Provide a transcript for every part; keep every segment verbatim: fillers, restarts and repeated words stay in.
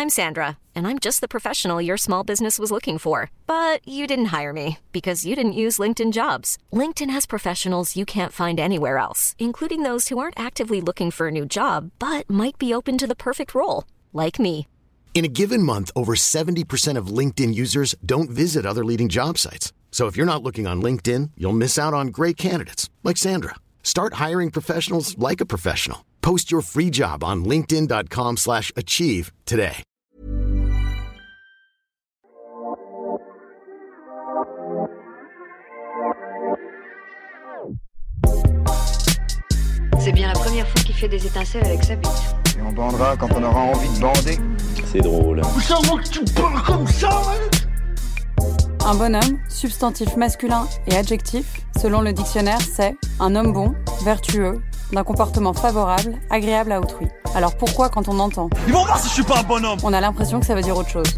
I'm Sandra, and I'm just the professional your small business was looking for. But you didn't hire me because you didn't use LinkedIn Jobs. LinkedIn has professionals you can't find anywhere else, including those who aren't actively looking for a new job, but might be open to the perfect role, like me. In a given month, over seventy percent of LinkedIn users don't visit other leading job sites. So if you're not looking on LinkedIn, you'll miss out on great candidates like Sandra. Start hiring professionals like a professional. Post your free job on linkedin.com slash achieve today. C'est bien la première fois qu'il fait des étincelles avec sa bite. Et on bandera quand on aura envie de bander. C'est drôle. C'est moi que tu parles comme ça, mec. Un bonhomme, substantif masculin et adjectif, selon le dictionnaire, c'est un homme bon, vertueux, d'un comportement favorable, agréable à autrui. Alors pourquoi, quand on entend Ils vont voir si je suis pas un bonhomme, on a l'impression que ça veut dire autre chose?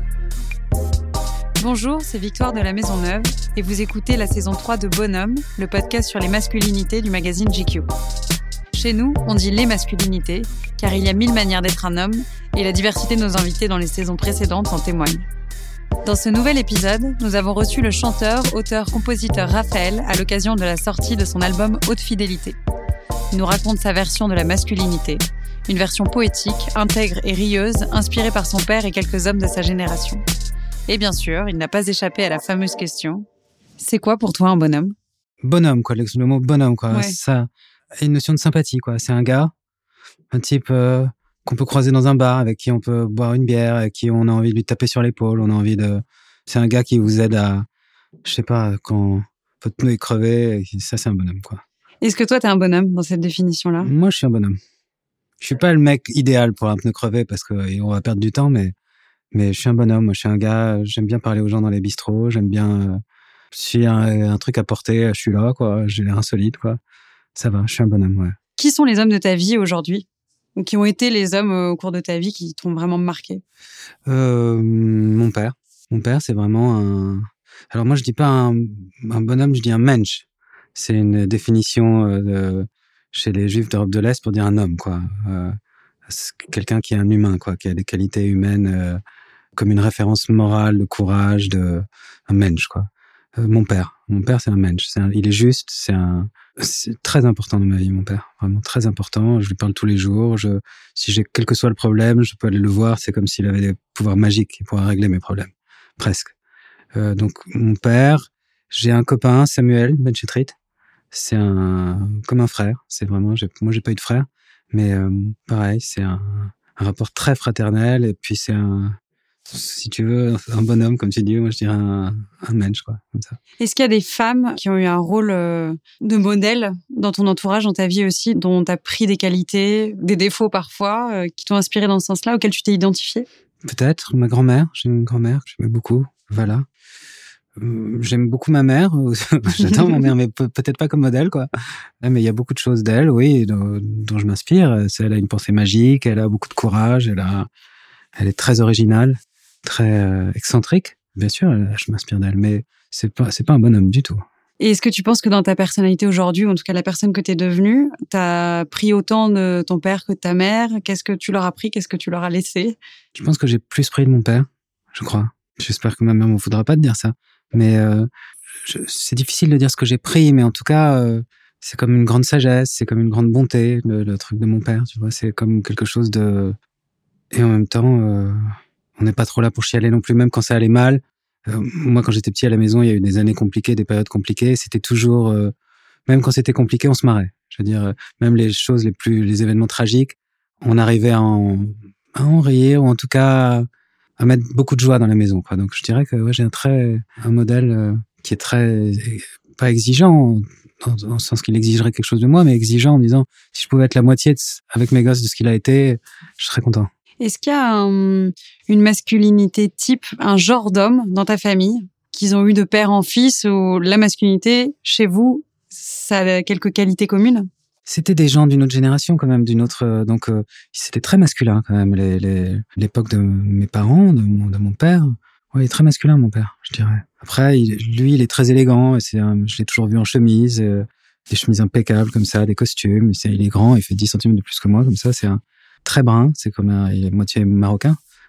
Bonjour, c'est Victoire de la Maison Neuve et vous écoutez la saison trois de Bonhomme, le podcast sur les masculinités du magazine G Q. Chez nous, on dit les masculinités, car il y a mille manières d'être un homme et la diversité de nos invités dans les saisons précédentes en témoigne. Dans ce nouvel épisode, nous avons reçu le chanteur, auteur, compositeur Raphaël à l'occasion de la sortie de son album Haute Fidélité. Il nous raconte sa version de la masculinité, une version poétique, intègre et rieuse, inspirée par son père et quelques hommes de sa génération. Et bien sûr, il n'a pas échappé à la fameuse question « C'est quoi pour toi un bonhomme ?» Bonhomme, quoi, le, le mot bonhomme, quoi. Ouais. Ça a une notion de sympathie, quoi. C'est un gars, un type euh, qu'on peut croiser dans un bar, avec qui on peut boire une bière, avec qui on a envie de lui taper sur l'épaule, on a envie de... C'est un gars qui vous aide à, je sais pas, quand votre pneu est crevé, et ça, c'est un bonhomme, quoi. Est-ce que toi, t'es un bonhomme dans cette définition-là ? Moi, je suis un bonhomme. Je suis pas le mec idéal pour un pneu crevé parce qu'on va perdre du temps, mais, mais je suis un bonhomme. Moi, je suis un gars, j'aime bien parler aux gens dans les bistrots, j'aime bien... Euh, s'il y a un, un truc à porter, je suis là, quoi. J'ai l'air insolite, quoi. Ça va, je suis un bonhomme, ouais. Qui sont les hommes de ta vie aujourd'hui ? Ou qui ont été les hommes au cours de ta vie qui t'ont vraiment marqué ? euh, Mon père. Mon père, c'est vraiment un... Alors moi, je dis pas un, un bonhomme, je dis un mensch. C'est une définition euh, de... chez les Juifs d'Europe de l'Est pour dire un homme, quoi. Euh, c'est quelqu'un qui est un humain, quoi, qui a des qualités humaines euh, comme une référence morale, de courage, de un mensch, quoi. Euh, mon père, mon père, c'est un mensch. C'est un... Il est juste, c'est un, c'est très important dans ma vie, mon père, vraiment très important. Je lui parle tous les jours. Je, si j'ai quel que soit le problème, je peux aller le voir. C'est comme s'il avait des pouvoirs magiques, il pourrait régler mes problèmes, presque. Euh, donc mon père, j'ai un copain, Samuel Benchetrit. C'est un comme un frère. C'est vraiment, j'ai, moi j'ai pas eu de frère, mais euh, pareil, c'est un, un rapport très fraternel. Et puis c'est un, si tu veux, un bonhomme, comme tu dis, moi je dirais un, un mensch, quoi, comme ça. Est-ce qu'il y a des femmes qui ont eu un rôle euh, de modèle dans ton entourage, dans ta vie aussi, dont tu as pris des qualités, des défauts parfois, euh, qui t'ont inspiré dans ce sens-là, auxquelles tu t'es identifié ? Peut-être ma grand-mère. J'ai une grand-mère que j'aimais beaucoup. Voilà. J'aime beaucoup ma mère. J'adore ma mère, mais pe- peut-être pas comme modèle, quoi. Mais il y a beaucoup de choses d'elle, oui, dont, dont je m'inspire. Elle a une pensée magique, elle a beaucoup de courage, elle a, elle est très originale, très euh, excentrique. Bien sûr, elle, je m'inspire d'elle, mais c'est pas, c'est pas un bonhomme du tout. Et est-ce que tu penses que dans ta personnalité aujourd'hui, ou en tout cas la personne que t'es devenue, t'as pris autant de ton père que de ta mère ? Qu'est-ce que tu leur as pris ? Qu'est-ce que tu leur as laissé ? Je pense que j'ai plus pris de mon père, je crois. J'espère que ma mère m'en voudra pas de dire ça. Mais euh, je, c'est difficile de dire ce que j'ai pris, mais en tout cas, euh, c'est comme une grande sagesse, c'est comme une grande bonté, le, le truc de mon père, tu vois. C'est comme quelque chose de... Et en même temps, euh, on n'est pas trop là pour chialer non plus, même quand ça allait mal. Euh, moi, quand j'étais petit à la maison, il y a eu des années compliquées, des périodes compliquées. C'était toujours... Euh, même quand c'était compliqué, on se marrait. Je veux dire, euh, même les choses les plus... les événements tragiques, on arrivait à en, à en rire, ou en tout cas... à mettre beaucoup de joie dans la maison, quoi. Donc je dirais que ouais, j'ai un très un modèle euh, qui est très pas exigeant dans, dans le sens qu'il exigerait quelque chose de moi, mais exigeant en me disant si je pouvais être la moitié de, avec mes gosses de ce qu'il a été, je serais content. Est-ce qu'il y a un, une masculinité type, un genre d'homme dans ta famille qu'ils ont eu de père en fils, ou la masculinité chez vous, ça a quelques qualités communes ? C'était des gens d'une autre génération quand même, d'une autre. Euh, donc euh, c'était très masculin quand même. Les, les, l'époque de mes parents, de mon, de mon père, ouais, il est très masculin mon père, je dirais. Après, il, lui, il est très élégant. Et c'est, un, je l'ai toujours vu en chemise, euh, des chemises impeccables comme ça, des costumes. C'est, il est grand, il fait dix centimètres de plus que moi, comme ça. C'est un très brun. C'est comme un, il est moitié marocain.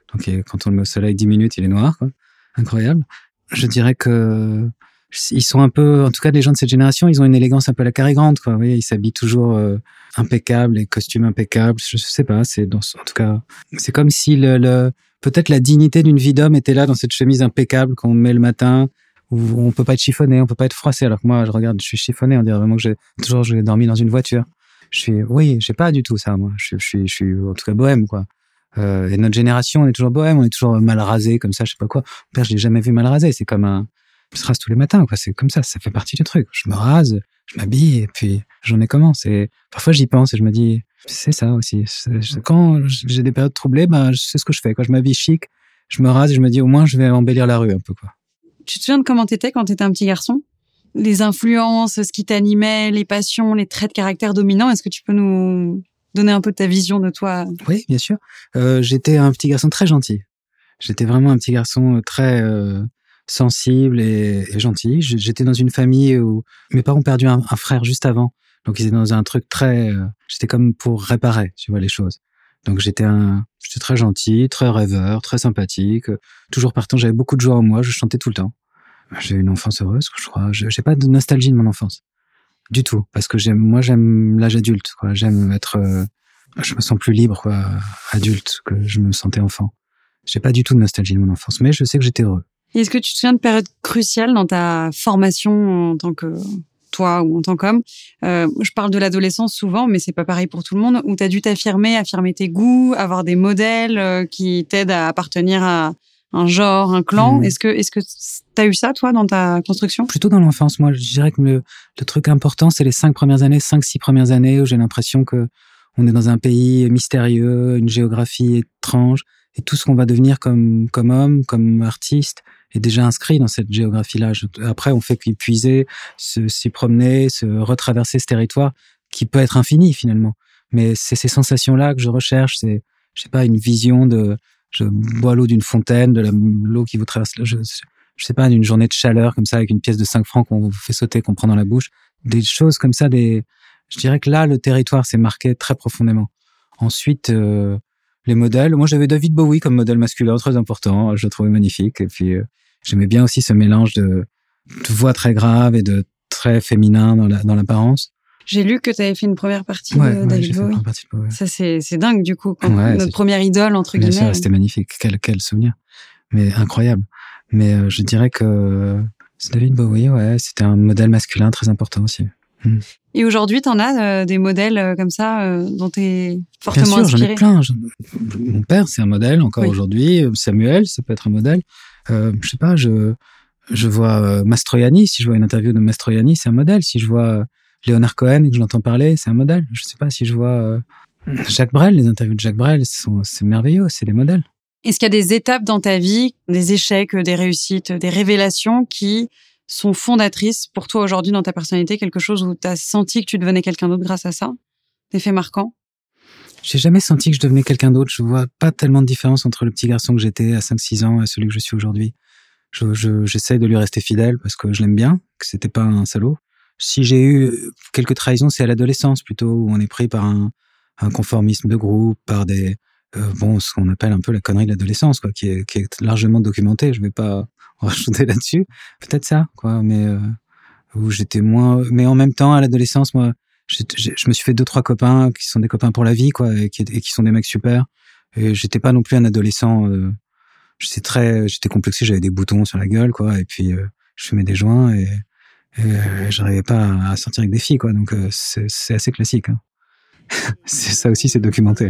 Donc quand on le met au soleil dix minutes, il est noir, quoi. Incroyable. Je dirais que ils sont un peu, en tout cas les gens de cette génération, ils ont une élégance un peu à la Cary Grant, quoi. Vous voyez, ils s'habillent toujours euh, impeccable, les costumes impeccables. Je sais pas, c'est dans, en tout cas, c'est comme si le, le peut-être la dignité d'une vie d'homme était là dans cette chemise impeccable qu'on met le matin, où on peut pas être chiffonné, on peut pas être froissé. Alors que moi, je regarde, je suis chiffonné, on dirait vraiment que j'ai toujours j'ai dormi dans une voiture. Je suis, oui, j'ai pas du tout ça, moi. Je, je suis, je suis en tout cas bohème, quoi. Euh, et notre génération, on est toujours bohème, on est toujours mal rasé, comme ça, je sais pas quoi. Mon père, je l'ai jamais vu mal rasé. C'est comme un, il se rase tous les matins, quoi. C'est comme ça, ça fait partie du truc. Je me rase, je m'habille, et puis j'en ai comment. C'est, parfois j'y pense et je me dis, c'est ça aussi. C'est, quand j'ai des périodes troublées, bah, c'est ce que je fais. Quand je m'habille chic, je me rase et je me dis, au moins, je vais embellir la rue un peu, quoi. Tu te souviens de comment t'étais quand t'étais un petit garçon? Les influences, ce qui t'animait, les passions, les traits de caractère dominants. Est-ce que tu peux nous donner un peu de ta vision de toi? Oui, bien sûr. Euh, j'étais un petit garçon très gentil. J'étais vraiment un petit garçon très euh, sensible et, et gentil. J'étais dans une famille où mes parents ont perdu un, un frère juste avant. Donc, ils étaient dans un truc très... Euh, j'étais comme pour réparer, tu vois, les choses. Donc, j'étais un, j'étais très gentil, très rêveur, très sympathique. Toujours partant, j'avais beaucoup de joie en moi. Je chantais tout le temps. J'ai eu une enfance heureuse, je crois. Je, j'ai pas de nostalgie de mon enfance. Du tout. Parce que j'aime, moi, j'aime l'âge adulte, quoi. J'aime être, euh, je me sens plus libre, quoi, adulte, que je me sentais enfant. J'ai pas du tout de nostalgie de mon enfance, mais je sais que j'étais heureux. Et est-ce que tu te souviens de périodes cruciales dans ta formation en tant que toi ou en tant qu'homme? Euh, je parle de l'adolescence souvent, mais c'est pas pareil pour tout le monde, où t'as dû t'affirmer, affirmer tes goûts, avoir des modèles euh, qui t'aident à appartenir à un genre, un clan. Mmh. Est-ce que, est-ce que t'as eu ça, toi, dans ta construction? Plutôt dans l'enfance. Moi, je dirais que le, le truc important, c'est les cinq premières années, cinq, six premières années où j'ai l'impression que on est dans un pays mystérieux, une géographie étrange, et tout ce qu'on va devenir comme, comme homme, comme artiste, est déjà inscrit dans cette géographie-là. Je, après, on fait qu'épuiser, se, s'y promener, se retraverser ce territoire qui peut être infini, finalement. Mais c'est ces sensations-là que je recherche. C'est, je sais pas, une vision de, je bois l'eau d'une fontaine, de la, l'eau qui vous traverse, je, je sais pas, d'une journée de chaleur comme ça avec une pièce de cinq francs qu'on vous fait sauter, qu'on prend dans la bouche. Des choses comme ça, des, je dirais que là, le territoire s'est marqué très profondément. Ensuite, euh, les modèles. Moi, j'avais David Bowie comme modèle masculin, très important. Je le trouvais magnifique. Et puis, euh, j'aimais bien aussi ce mélange de, de voix très grave et de très féminin dans, la, dans l'apparence. J'ai lu que tu avais fait une première partie ouais, de ouais, David j'ai Bowie. Fait une partie de Bowie. Ça, c'est, c'est dingue, du coup. Quand ouais, notre première idole, entre bien guillemets. Sûr, c'était magnifique. Quel, quel souvenir. Mais incroyable. Mais euh, je dirais que c'est David Bowie, ouais, c'était un modèle masculin très important aussi. Mmh. Et aujourd'hui, t'en as euh, des modèles euh, comme ça euh, dont t'es fortement inspiré? Bien sûr, inspiré? j'en ai plein. J'en... Mon père, c'est un modèle encore oui. Aujourd'hui. Samuel, ça peut être un modèle. Euh, je sais pas, je je vois euh, Mastroianni. Si je vois une interview de Mastroianni, c'est un modèle. Si je vois euh, Léonard Cohen et que je l'entends parler, c'est un modèle. Je sais pas si je vois euh, Jacques Brel, les interviews de Jacques Brel, sont, c'est merveilleux, c'est des modèles. Est-ce qu'il y a des étapes dans ta vie, des échecs, des réussites, des révélations qui sont fondatrices pour toi aujourd'hui dans ta personnalité, quelque chose où tu as senti que tu devenais quelqu'un d'autre grâce à ça? Des faits marquants? J'ai jamais senti que je devenais quelqu'un d'autre. Je vois pas tellement de différence entre le petit garçon que j'étais à cinq six ans et celui que je suis aujourd'hui. Je, je, j'essaie de lui rester fidèle parce que je l'aime bien, que c'était pas un salaud. Si j'ai eu quelques trahisons, c'est à l'adolescence plutôt, où on est pris par un, un conformisme de groupe, par des, euh, bon, ce qu'on appelle un peu la connerie de l'adolescence, quoi, qui est, qui est largement documentée. Je vais pas rajouter là-dessus. Peut-être ça, quoi, mais, euh, où j'étais moins, mais en même temps, à l'adolescence, moi, j'ai, j'ai, je me suis fait deux, trois copains qui sont des copains pour la vie, quoi, et qui, et qui sont des mecs super. Et j'étais pas non plus un adolescent, euh, j'étais très, j'étais complexé, j'avais des boutons sur la gueule, quoi, et puis, euh, je fumais des joints et, et euh, j'arrivais pas à sortir avec des filles, quoi, donc, euh, c'est, c'est assez classique, hein. C'est, ça aussi, c'est documenté.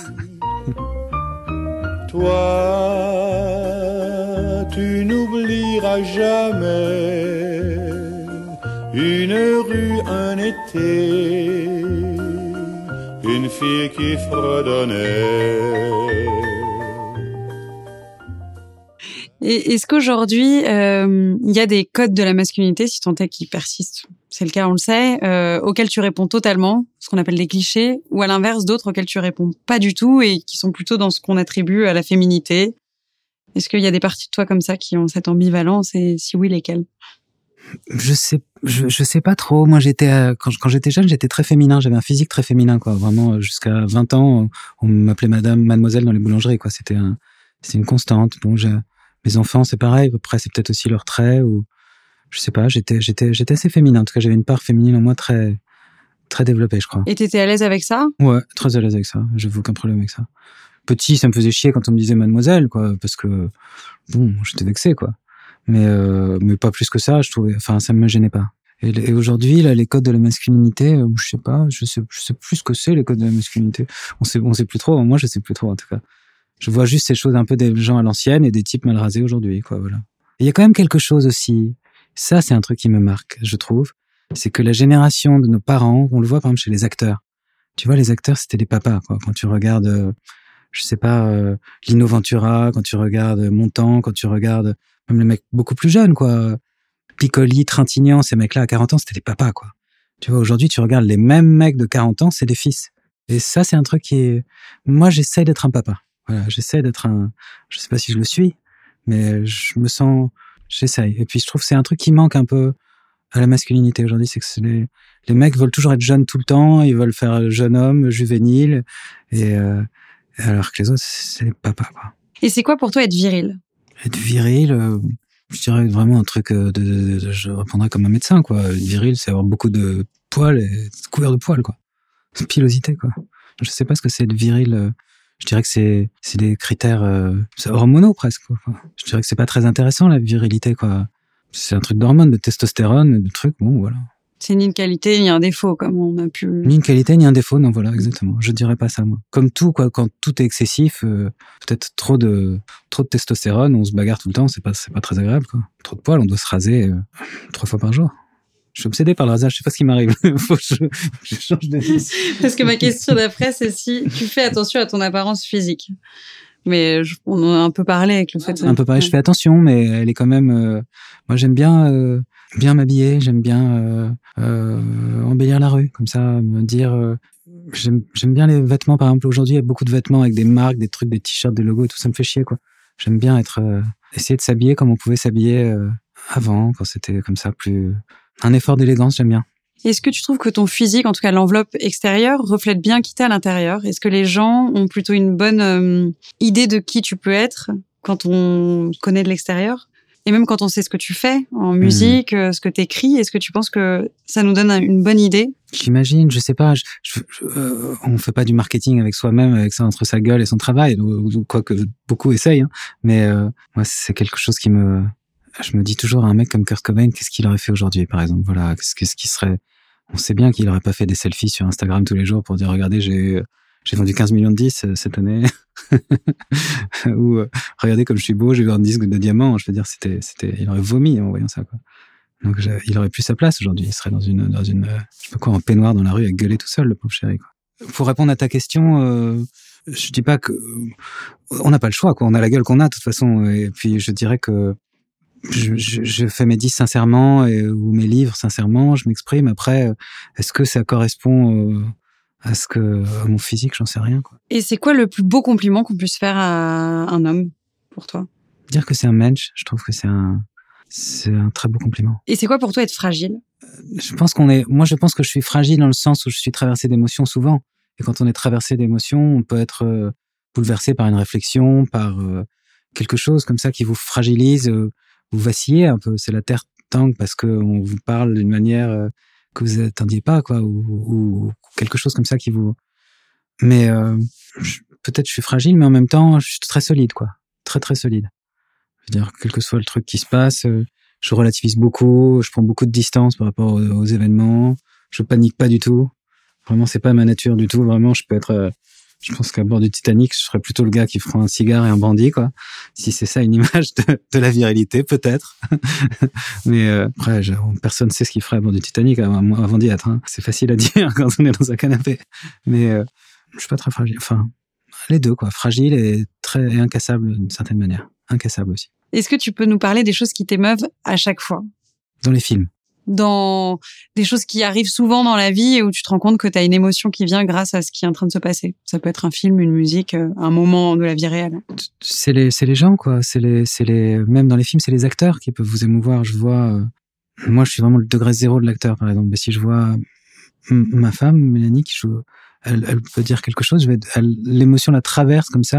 Toi, tu n'oublieras jamais une rue, un été, une fille qui fredonnait. Et est-ce qu'aujourd'hui, il euh, y a des codes de la masculinité, si tant est qu'ils persistent, c'est le cas, on le sait, euh, auxquels tu réponds totalement, ce qu'on appelle des clichés, ou à l'inverse, d'autres auxquels tu réponds pas du tout et qui sont plutôt dans ce qu'on attribue à la féminité? Est-ce qu'il y a des parties de toi comme ça qui ont cette ambivalence, et si oui, lesquelles? Je sais, je, je sais pas trop. Moi, j'étais, euh, quand, quand j'étais jeune, j'étais très féminin. J'avais un physique très féminin, quoi. Vraiment, jusqu'à vingt ans, on m'appelait madame, mademoiselle dans les boulangeries, quoi. C'était un, c'est une constante. Bon, j'ai, mes enfants, c'est pareil. Après, c'est peut-être aussi leur trait ou je sais pas. J'étais, j'étais, j'étais assez féminin. En tout cas, j'avais une part féminine en moi très, très développée, je crois. Et t'étais à l'aise avec ça? Ouais, très à l'aise avec ça. J'avais aucun problème avec ça. Petit, ça me faisait chier quand on me disait mademoiselle, quoi, parce que bon, j'étais vexé, quoi. Mais euh, mais pas plus que ça. Je trouvais, enfin, ça me gênait pas. Et, et aujourd'hui, là, les codes de la masculinité, euh, je sais pas, je sais, je sais plus ce que c'est les codes de la masculinité. On sait, on sait plus trop. Moi, je sais plus trop en tout cas. Je vois juste ces choses un peu des gens à l'ancienne et des types mal rasés aujourd'hui, quoi. Voilà. Et il y a quand même quelque chose aussi. Ça, c'est un truc qui me marque, je trouve. C'est que la génération de nos parents, on le voit par exemple chez les acteurs. Tu vois, les acteurs, c'était des papas, quoi. Quand tu regardes, euh, je sais pas, euh, Lino Ventura, quand tu regardes Montand, quand tu regardes même les mecs beaucoup plus jeunes, quoi. Piccoli, Trintignant, ces mecs-là à quarante ans, c'était des papas, quoi. Tu vois, aujourd'hui, tu regardes les mêmes mecs de quarante ans, c'est des fils. Et ça, c'est un truc qui est... Moi, j'essaie d'être un papa. Voilà, j'essaie d'être un... Je sais pas si je le suis, mais je me sens... J'essaye. Et puis, je trouve que c'est un truc qui manque un peu à la masculinité aujourd'hui, c'est que c'est les... les mecs veulent toujours être jeunes tout le temps, ils veulent faire jeune homme, juvénile, et euh... alors que les autres, c'est les papas, quoi. Et c'est quoi pour toi être viril? Être viril... Euh... Je dirais vraiment un truc de, de, de, de je répondrais comme un médecin, quoi. Viril, c'est avoir beaucoup de poils et couvert de poils, quoi. Pilosité, quoi. Je sais pas ce que c'est de viril. Je dirais que c'est, c'est des critères, euh, c'est hormonaux, presque, quoi. Je dirais que c'est pas très intéressant, la virilité, quoi. C'est un truc d'hormones, de testostérone, de trucs, bon, voilà. C'est ni une qualité, ni un défaut, comme on a pu... Ni une qualité, ni un défaut, non, voilà, exactement. Je dirais pas ça, moi. Comme tout, quoi, quand tout est excessif, euh, peut-être trop de, trop de testostérone, on se bagarre tout le temps, c'est pas, c'est pas très agréable, quoi. Trop de poils, on doit se raser, euh, trois fois par jour. Je suis obsédé par le rasage, je sais pas ce qui m'arrive. Faut que je, je change de vie. Parce que ma question d'après, c'est si tu fais attention à ton apparence physique. Mais je, on en a un peu parlé avec le fait... Un peu parlé, ouais. Je fais attention, mais elle est quand même... Euh, moi, j'aime bien... Euh, bien m'habiller, j'aime bien euh, euh, embellir la rue, comme ça, me dire... Euh, j'aime, j'aime bien les vêtements, par exemple, aujourd'hui, il y a beaucoup de vêtements avec des marques, des trucs, des t-shirts, des logos et tout, ça me fait chier, quoi. J'aime bien être... Euh, essayer de s'habiller comme on pouvait s'habiller euh, avant, quand c'était comme ça, plus... Un effort d'élégance, j'aime bien. Est-ce que tu trouves que ton physique, en tout cas l'enveloppe extérieure, reflète bien qui t'es à l'intérieur? Est-ce que les gens ont plutôt une bonne euh, idée de qui tu peux être quand on connaît de l'extérieur? Et même quand on sait ce que tu fais en musique, mmh. ce que t'écris, est-ce que tu penses que ça nous donne une bonne idée? J'imagine, je sais pas. Je, je, je, euh, on fait pas du marketing avec soi-même, avec ça entre sa gueule et son travail, ou, ou quoi que beaucoup essayent. Hein. Mais euh, moi, c'est quelque chose qui me... Je me dis toujours, un mec comme Kurt Cobain, qu'est-ce qu'il aurait fait aujourd'hui, par exemple? Voilà, qu'est-ce, qu'est-ce qui serait... On sait bien qu'il aurait pas fait des selfies sur Instagram tous les jours pour dire, regardez, j'ai... J'ai vendu quinze millions de disques cette année. Ou euh, regardez comme je suis beau, j'ai eu un disque de diamant. Je veux dire, c'était, c'était, il aurait vomi en voyant ça, quoi. Donc, il aurait plus sa place aujourd'hui. Il serait dans une, dans une, je sais pas quoi, en peignoir dans la rue, à gueuler tout seul, le pauvre chéri, quoi. Pour répondre à ta question, euh, je dis pas que on n'a pas le choix, quoi. On a la gueule qu'on a, de toute façon. Et puis, je dirais que je, je, je fais mes disques sincèrement et, ou mes livres sincèrement. Je m'exprime. Après, est-ce que ça correspond euh, à ce que à mon physique, j'en sais rien, quoi. Et c'est quoi le plus beau compliment qu'on puisse faire à un homme pour toi? Dire que c'est un mensch, je trouve que c'est un c'est un très beau compliment. Et c'est quoi pour toi être fragile? Je pense qu'on est moi je pense que je suis fragile dans le sens où je suis traversé d'émotions souvent. Et quand on est traversé d'émotions, on peut être euh, bouleversé par une réflexion, par euh, quelque chose comme ça qui vous fragilise, euh, vous vacillez un peu, c'est la terre tangue parce que on vous parle d'une manière euh, que vous attendiez pas, quoi, ou, ou quelque chose comme ça qui vous... Mais euh, je, peut-être je suis fragile, mais en même temps, je suis très solide, quoi. Très, très solide. Je veux dire, quel que soit le truc qui se passe, euh, je relativise beaucoup, je prends beaucoup de distance par rapport aux, aux événements, je panique pas du tout. Vraiment, c'est pas ma nature du tout. Vraiment, je peux être... Euh, je pense qu'à bord du Titanic, je serais plutôt le gars qui fera un cigare et un bandit, quoi. Si c'est ça une image de, de la virilité, peut-être. Mais euh, après, je, personne sait ce qu'il ferait à bord du Titanic avant, avant d'y être. Hein. C'est facile à dire quand on est dans un canapé. Mais euh, je suis pas très fragile. Enfin, les deux, quoi. Fragile et très et incassable d'une certaine manière. Incassable aussi. Est-ce que tu peux nous parler des choses qui t'émeuvent à chaque fois? Dans les films. Dans des choses qui arrivent souvent dans la vie et où tu te rends compte que tu as une émotion qui vient grâce à ce qui est en train de se passer. Ça peut être un film, une musique, un moment de la vie réelle. C'est les, c'est les gens, quoi. C'est les, c'est les, même dans les films, c'est les acteurs qui peuvent vous émouvoir. Je vois, euh, moi, je suis vraiment le degré zéro de l'acteur, par exemple. Mais si je vois m- ma femme, Mélanie, qui joue, elle, elle peut dire quelque chose, je vais, elle, l'émotion la traverse comme ça,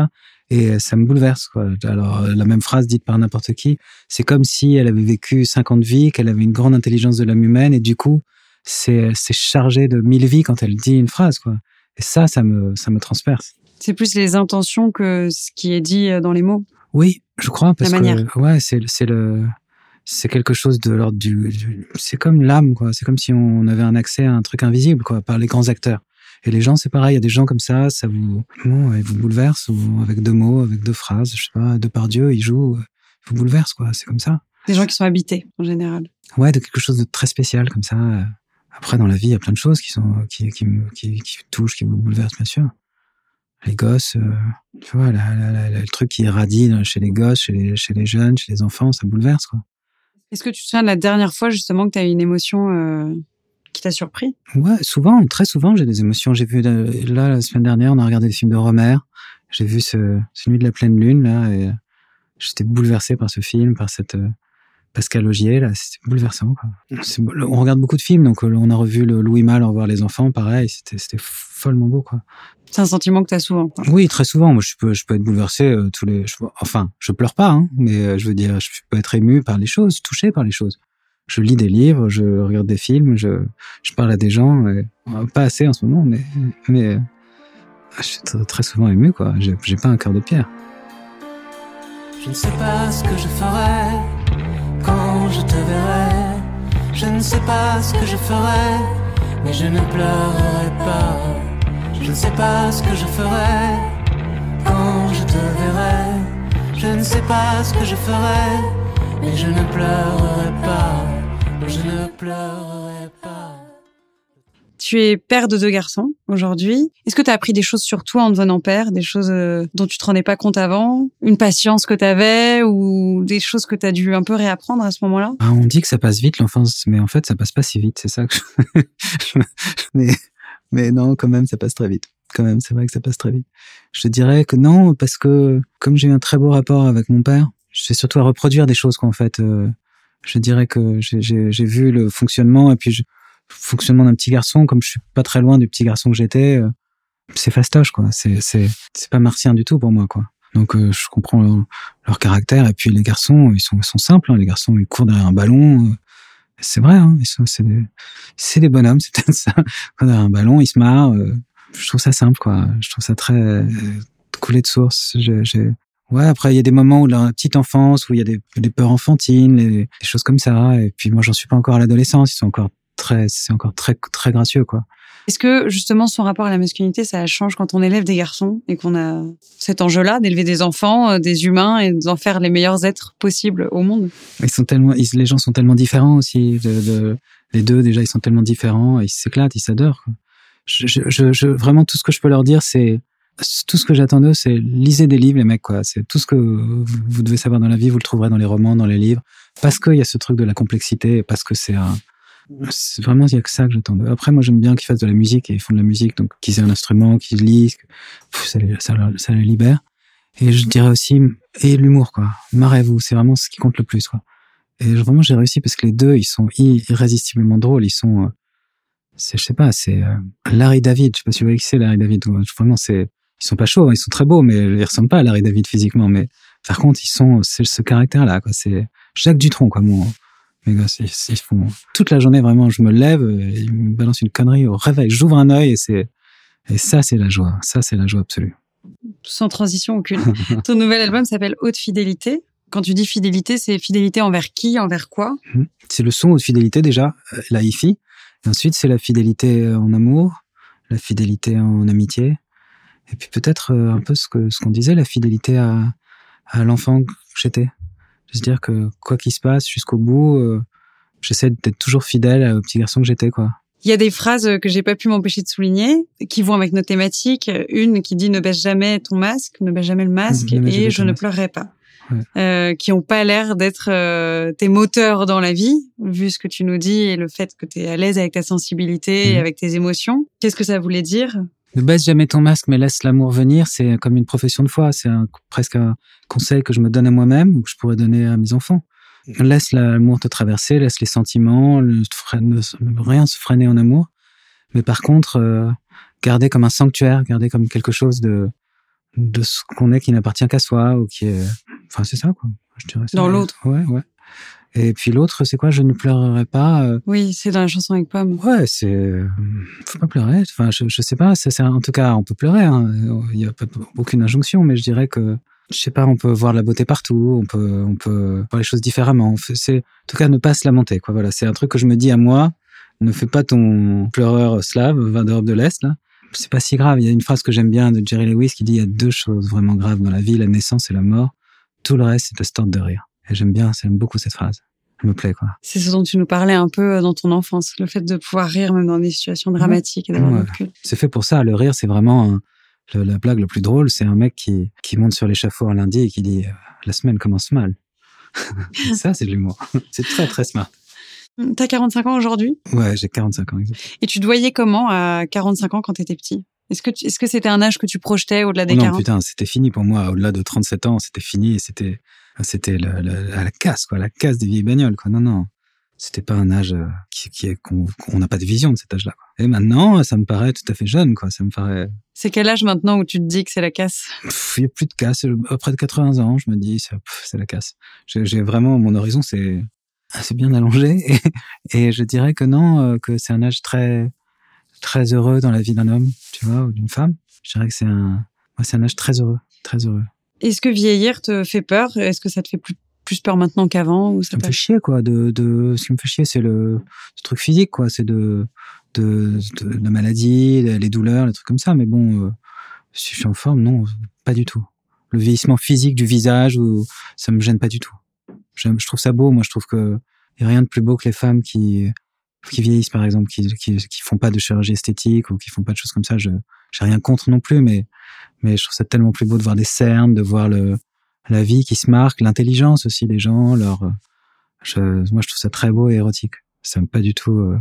Et ça me bouleverse, quoi. Alors, la même phrase dite par n'importe qui, c'est comme si elle avait vécu cinquante vies, qu'elle avait une grande intelligence de l'âme humaine, et du coup, c'est, c'est chargé de mille vies quand elle dit une phrase, quoi. Et ça, ça me, ça me transperce. C'est plus les intentions que ce qui est dit dans les mots. Oui, je crois, parce la manière. que, ouais, c'est, c'est le, c'est quelque chose de l'ordre du, du, c'est comme l'âme, quoi. C'est comme si on avait un accès à un truc invisible, quoi, par les grands acteurs. Et les gens, c'est pareil, il y a des gens comme ça, ça vous, bon, ils vous bouleversent, ou avec deux mots, avec deux phrases, je sais pas, Depardieu, il joue, ils vous bouleversent, quoi, c'est comme ça. Des gens qui sont habités, en général. Ouais, de quelque chose de très spécial, comme ça. Après, dans la vie, il y a plein de choses qui sont, qui, qui me, qui, qui touchent, qui vous bouleversent, bien sûr. Les gosses, euh, tu vois, la, la, la, le truc qui irradie chez les gosses, chez les, chez les jeunes, chez les enfants, ça bouleverse, quoi. Est-ce que tu te souviens de la dernière fois, justement, que tu as eu une émotion, euh... qui t'a surpris? Ouais, souvent, très souvent, j'ai des émotions. J'ai vu, là, la semaine dernière, on a regardé le film de Romer. J'ai vu ce, ce Nuit de la pleine lune, là, et j'étais bouleversé par ce film, par cette euh, Pascal Augier, là. C'était bouleversant, quoi. C'est, on regarde beaucoup de films, donc on a revu le Louis Malle, Au revoir les enfants, pareil, c'était, c'était follement beau, quoi. C'est un sentiment que t'as souvent, quoi. Oui, très souvent. Moi, je peux, je peux être bouleversé euh, tous les, je, enfin, je pleure pas, hein, mais euh, je veux dire, je peux être ému par les choses, touché par les choses. Je lis des livres, je regarde des films, je, je parle à des gens, et, pas assez en ce moment, mais, mais je suis très, très souvent ému, quoi. J'ai, j'ai pas un cœur de pierre. Je ne sais pas ce que je ferai quand je te verrai. Je ne sais pas ce que je ferai, mais je ne pleurerai pas. Je ne sais pas ce que je ferai quand je te verrai. Je ne sais pas ce que je ferai, mais je ne pleurerai pas. Je ne pleurerai pas. Tu es père de deux garçons aujourd'hui. Est-ce que tu as appris des choses sur toi en devenant père, des choses euh, dont tu te rendais pas compte avant, une patience que tu avais ou des choses que tu as dû un peu réapprendre à ce moment-là? Ah, on dit que ça passe vite l'enfance, mais en fait ça passe pas si vite, c'est ça que je... mais, mais non, quand même ça passe très vite. Quand même, c'est vrai que ça passe très vite. Je dirais que non, parce que comme j'ai eu un très beau rapport avec mon père, je sais surtout à reproduire des choses, quoi, en fait. Euh, je dirais que j'ai, j'ai, j'ai vu le fonctionnement, et puis je, le fonctionnement d'un petit garçon, comme je suis pas très loin du petit garçon que j'étais, euh, c'est fastoche, quoi. C'est, c'est, c'est pas martien du tout pour moi, quoi. Donc, euh, je comprends leur, leur caractère, et puis les garçons, ils sont, ils sont simples, hein. Les garçons, ils courent derrière un ballon. Euh, c'est vrai, hein. Ils sont, c'est des, c'est des bonhommes, c'est peut-être ça. Ils courent derrière un ballon, ils se marrent. Euh, je trouve ça simple, quoi. Je trouve ça très euh, coulé de source. J'ai, j'ai, Ouais, après, il y a des moments où la petite enfance, où il y a des, des peurs enfantines, les, des choses comme ça. Et puis, moi, j'en suis pas encore à l'adolescence. Ils sont encore très, c'est encore très, très gracieux, quoi. Est-ce que, justement, son rapport à la masculinité, ça change quand on élève des garçons et qu'on a cet enjeu-là d'élever des enfants, des humains et d'en faire les meilleurs êtres possibles au monde? Ils sont tellement, ils, les gens sont tellement différents aussi. De, de, les deux, déjà, ils sont tellement différents. Ils s'éclatent, ils s'adorent, quoi. Je, je, je, je, vraiment, tout ce que je peux leur dire, c'est, tout ce que j'attends d'eux, c'est lisez des livres, les mecs, quoi. C'est tout ce que vous devez savoir dans la vie, vous le trouverez dans les romans, dans les livres, parce qu'il y a ce truc de la complexité, parce que c'est un, c'est vraiment, il y a que ça que j'attends d'eux. Après, moi, j'aime bien qu'ils fassent de la musique, et ils font de la musique, donc qu'ils aient un instrument, qu'ils lisent, pff, ça, les, ça, ça les libère. Et je dirais aussi, et l'humour, quoi. Marrez-vous, c'est vraiment ce qui compte le plus, quoi. Et vraiment, j'ai réussi parce que les deux, ils sont irrésistiblement drôles, ils sont, c'est, je sais pas, c'est euh, Larry David, je sais pas si vous voyez qui c'est, Larry David. Vraiment, c'est, ils sont pas chauds, ils sont très beaux, mais ils ressemblent pas à Larry David physiquement. Mais par contre, ils sont, c'est ce caractère-là, quoi. C'est Jacques Dutronc, quoi, mon, mes gosses. Ils, ils font toute la journée, vraiment, je me lève, ils me balancent une connerie au réveil, j'ouvre un œil et c'est, et ça, c'est la joie. Ça, c'est la joie absolue. Sans transition aucune. Ton nouvel album s'appelle Haute Fidélité. Quand tu dis fidélité, c'est fidélité envers qui, envers quoi? C'est le son Haute Fidélité, déjà, la hi-fi. Et ensuite, c'est la fidélité en amour, la fidélité en amitié. Et puis peut-être euh, un peu ce que ce qu'on disait, la fidélité à, à l'enfant que j'étais. C'est-à-dire que quoi qu'il se passe, jusqu'au bout, euh, j'essaie d'être toujours fidèle au petit garçon que j'étais, quoi. Il y a des phrases que j'ai pas pu m'empêcher de souligner, qui vont avec notre thématique. Une qui dit « Ne baisse jamais ton masque, ne baisse jamais le masque Mmh, et je ne pleurerai pas ouais. ». Euh, qui ont pas l'air d'être euh, tes moteurs dans la vie, vu ce que tu nous dis et le fait que tu es à l'aise avec ta sensibilité Mmh. et avec tes émotions. Qu'est-ce que ça voulait dire? Ne baisse jamais ton masque, mais laisse l'amour venir. C'est comme une profession de foi. C'est un, presque un conseil que je me donne à moi-même ou que je pourrais donner à mes enfants. Laisse l'amour te traverser, laisse les sentiments, le, ne, ne, rien se freiner en amour. Mais par contre, euh, garder comme un sanctuaire, garder comme quelque chose de, de ce qu'on est qui n'appartient qu'à soi ou qui est, enfin c'est ça quoi. Je dirais ça. Dans l'autre. Ouais, ouais. Et puis l'autre, c'est quoi? Je ne pleurerai pas. Euh... Oui, c'est dans la chanson avec Pomme. Ouais, c'est, faut pas pleurer. Enfin, je, je sais pas. Ça, c'est en tout cas, on peut pleurer. Hein. Il y a pas aucune injonction, mais je dirais que, je sais pas, on peut voir la beauté partout. On peut, on peut voir les choses différemment. C'est, en tout cas, ne pas se lamenter. Quoi. Voilà, c'est un truc que je me dis à moi. Ne fais pas ton pleureur slave, va d'Europe de l'Est là. C'est pas si grave. Il y a une phrase que j'aime bien de Jerry Lewis qui dit il y a deux choses vraiment graves dans la vie, la naissance et la mort. Tout le reste, c'est de se tordre de rire. Et j'aime bien, j'aime beaucoup cette phrase. Elle me plaît, quoi. C'est ce dont tu nous parlais un peu dans ton enfance, le fait de pouvoir rire même dans des situations dramatiques. Ouais. Et d'avoir ouais. le recul. C'est fait pour ça. Le rire, c'est vraiment un, le, la blague la plus drôle. C'est un mec qui, qui monte sur l'échafaud un lundi et qui dit euh, la semaine commence mal. Ça, c'est de l'humour. C'est très, très smart. T'as quarante-cinq ans aujourd'hui? Ouais, j'ai quarante-cinq ans, exactement. Et tu te voyais comment à quarante-cinq ans quand t'étais petit? Est-ce que, tu, est-ce que c'était un âge que tu projetais au-delà des oh non, quarante? Putain, c'était fini pour moi. Au-delà de trente-sept ans, c'était fini. Et c'était, c'était le, le, à la casse, quoi. La casse des vieilles bagnoles, quoi. Non, non. C'était pas un âge qui, qui est, qu'on, qu'on n'a pas de vision de cet âge-là, quoi. Et maintenant, ça me paraît tout à fait jeune, quoi. Ça me paraît. C'est quel âge maintenant où tu te dis que c'est la casse? Il y a plus de casse. Après de quatre-vingts ans, je me dis, c'est, pff, c'est la casse. J'ai, j'ai vraiment, mon horizon, c'est, c'est bien allongé. Et, et je dirais que non, que c'est un âge très, très heureux dans la vie d'un homme, tu vois, ou d'une femme. Je dirais que c'est un, ouais, c'est un âge très heureux, très heureux. Est-ce que vieillir te fait peur? Est-ce que ça te fait plus, plus peur maintenant qu'avant ou ça, ça me fait chier, quoi. De, de, ce qui me fait chier, c'est le, ce truc physique, quoi. C'est de, de, de, de la maladie, les douleurs, les trucs comme ça. Mais bon, euh, si je suis en forme, non, pas du tout. Le vieillissement physique du visage, ou, ça me gêne pas du tout. J'aime, je trouve ça beau. Moi, je trouve que y a rien de plus beau que les femmes qui, qui vieillissent, par exemple, qui, qui, qui font pas de chirurgie esthétique ou qui font pas de choses comme ça. Je, j'ai rien contre non plus, mais, mais je trouve ça tellement plus beau de voir des cernes, de voir le, la vie qui se marque, l'intelligence aussi des gens, leur, je, moi, je trouve ça très beau et érotique. Ça me pas du tout, euh,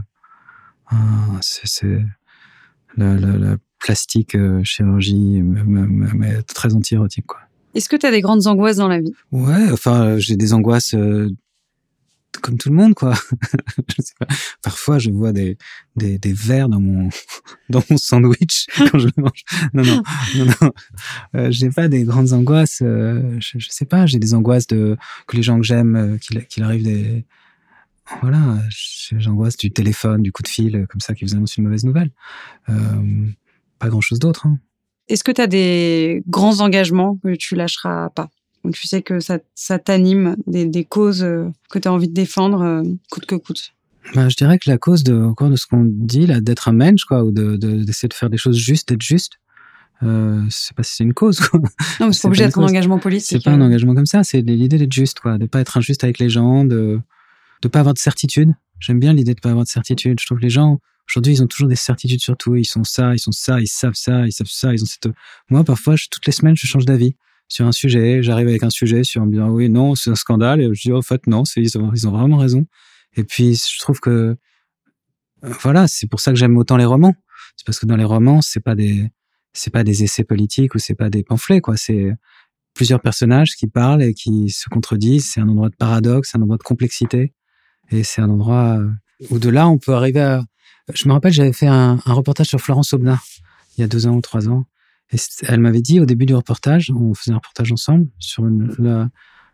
ah, c'est, c'est, la, la, la plastique, euh, chirurgie, mais, mais très anti-érotique, quoi. Est-ce que t'as des grandes angoisses dans la vie? Ouais, enfin, j'ai des angoisses, euh, comme tout le monde, quoi. Je sais pas. Parfois, je vois des, des, des vers dans mon, dans mon sandwich quand je le mange. Non, non, non, non. Euh, j'ai pas des grandes angoisses. Euh, je, je sais pas. J'ai des angoisses de, que les gens que j'aime, euh, qu'il, qu'il arrive des, voilà. J'ai l'angoisse du téléphone, du coup de fil, comme ça, qui vous annonce une mauvaise nouvelle. Euh, pas grand chose d'autre, hein. Est-ce que t'as des grands engagements que tu lâcheras pas? Donc, tu sais que ça, ça t'anime, des, des causes que tu as envie de défendre, euh, coûte que coûte. Ben, je dirais que la cause de, encore de ce qu'on dit, là, d'être un mensch, quoi, ou de, de, d'essayer de faire des choses justes, d'être juste, euh, c'est pas si c'est une cause, quoi. Non, mais c'est pas obligé d'être un engagement politique. C'est pas un engagement comme ça, c'est l'idée d'être juste, quoi, de pas être injuste avec les gens, de, de pas avoir de certitude. J'aime bien l'idée de pas avoir de certitude. Je trouve que les gens, aujourd'hui, ils ont toujours des certitudes sur tout. Ils sont ça, ils sont ça, ils savent ça, ils savent ça, ils ont cette, moi, parfois, je, toutes les semaines, je change d'avis. Sur un sujet, j'arrive avec un sujet sur en me disant oui, non, c'est un scandale, et je dis en fait non, c'est, ils, ont, ils ont vraiment raison. Et puis je trouve que euh, voilà, c'est pour ça que j'aime autant les romans. C'est parce que dans les romans, c'est pas des c'est pas des essais politiques ou c'est pas des pamphlets, quoi. C'est plusieurs personnages qui parlent et qui se contredisent. C'est un endroit de paradoxe, un endroit de complexité, et c'est un endroit où de là on peut arriver à. Je me rappelle, j'avais fait un, un reportage sur Florence Aubenas il y a deux ans ou trois ans. Et elle m'avait dit au début du reportage, on faisait un reportage ensemble sur une, la,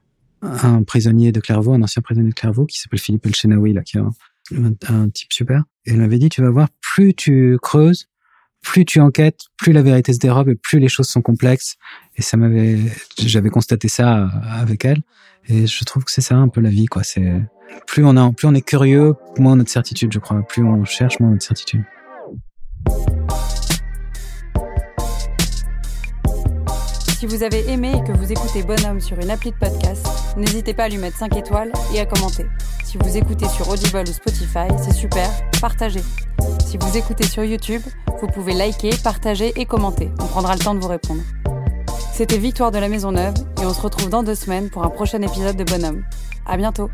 un prisonnier de Clairvaux, un ancien prisonnier de Clairvaux qui s'appelle Philippe El-Chenaoui, là, qui est un, un, un type super. Et elle m'avait dit, tu vas voir, plus tu creuses, plus tu enquêtes, plus la vérité se dérobe et plus les choses sont complexes. Et ça m'avait, j'avais constaté ça avec elle. Et je trouve que c'est ça un peu la vie, quoi. C'est plus on a, plus on est curieux, moins on a de certitude, je crois. Plus on cherche, moins on a de certitude. Si vous avez aimé et que vous écoutez Bonhomme sur une appli de podcast, n'hésitez pas à lui mettre cinq étoiles et à commenter. Si vous écoutez sur Audible ou Spotify, c'est super, partagez. Si vous écoutez sur YouTube, vous pouvez liker, partager et commenter. On prendra le temps de vous répondre. C'était Victoire de la Maisonneuve et on se retrouve dans deux semaines pour un prochain épisode de Bonhomme. À bientôt.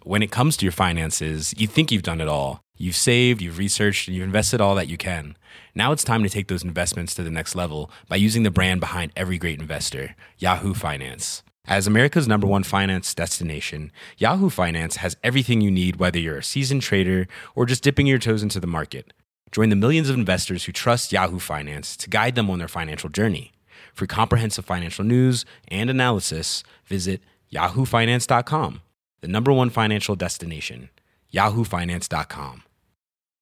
when it comes to your finances, you think you've done it all. You've saved, you've researched, and you've invested all that you can. Now it's time to take those investments to the next level by using the brand behind every great investor, Yahoo Finance. As America's number one finance destination, Yahoo Finance has everything you need, whether you're a seasoned trader or just dipping your toes into the market. Join the millions of investors who trust Yahoo Finance to guide them on their financial journey. For comprehensive financial news and analysis, visit yahoo finance dot com, the number one financial destination, yahoo finance dot com.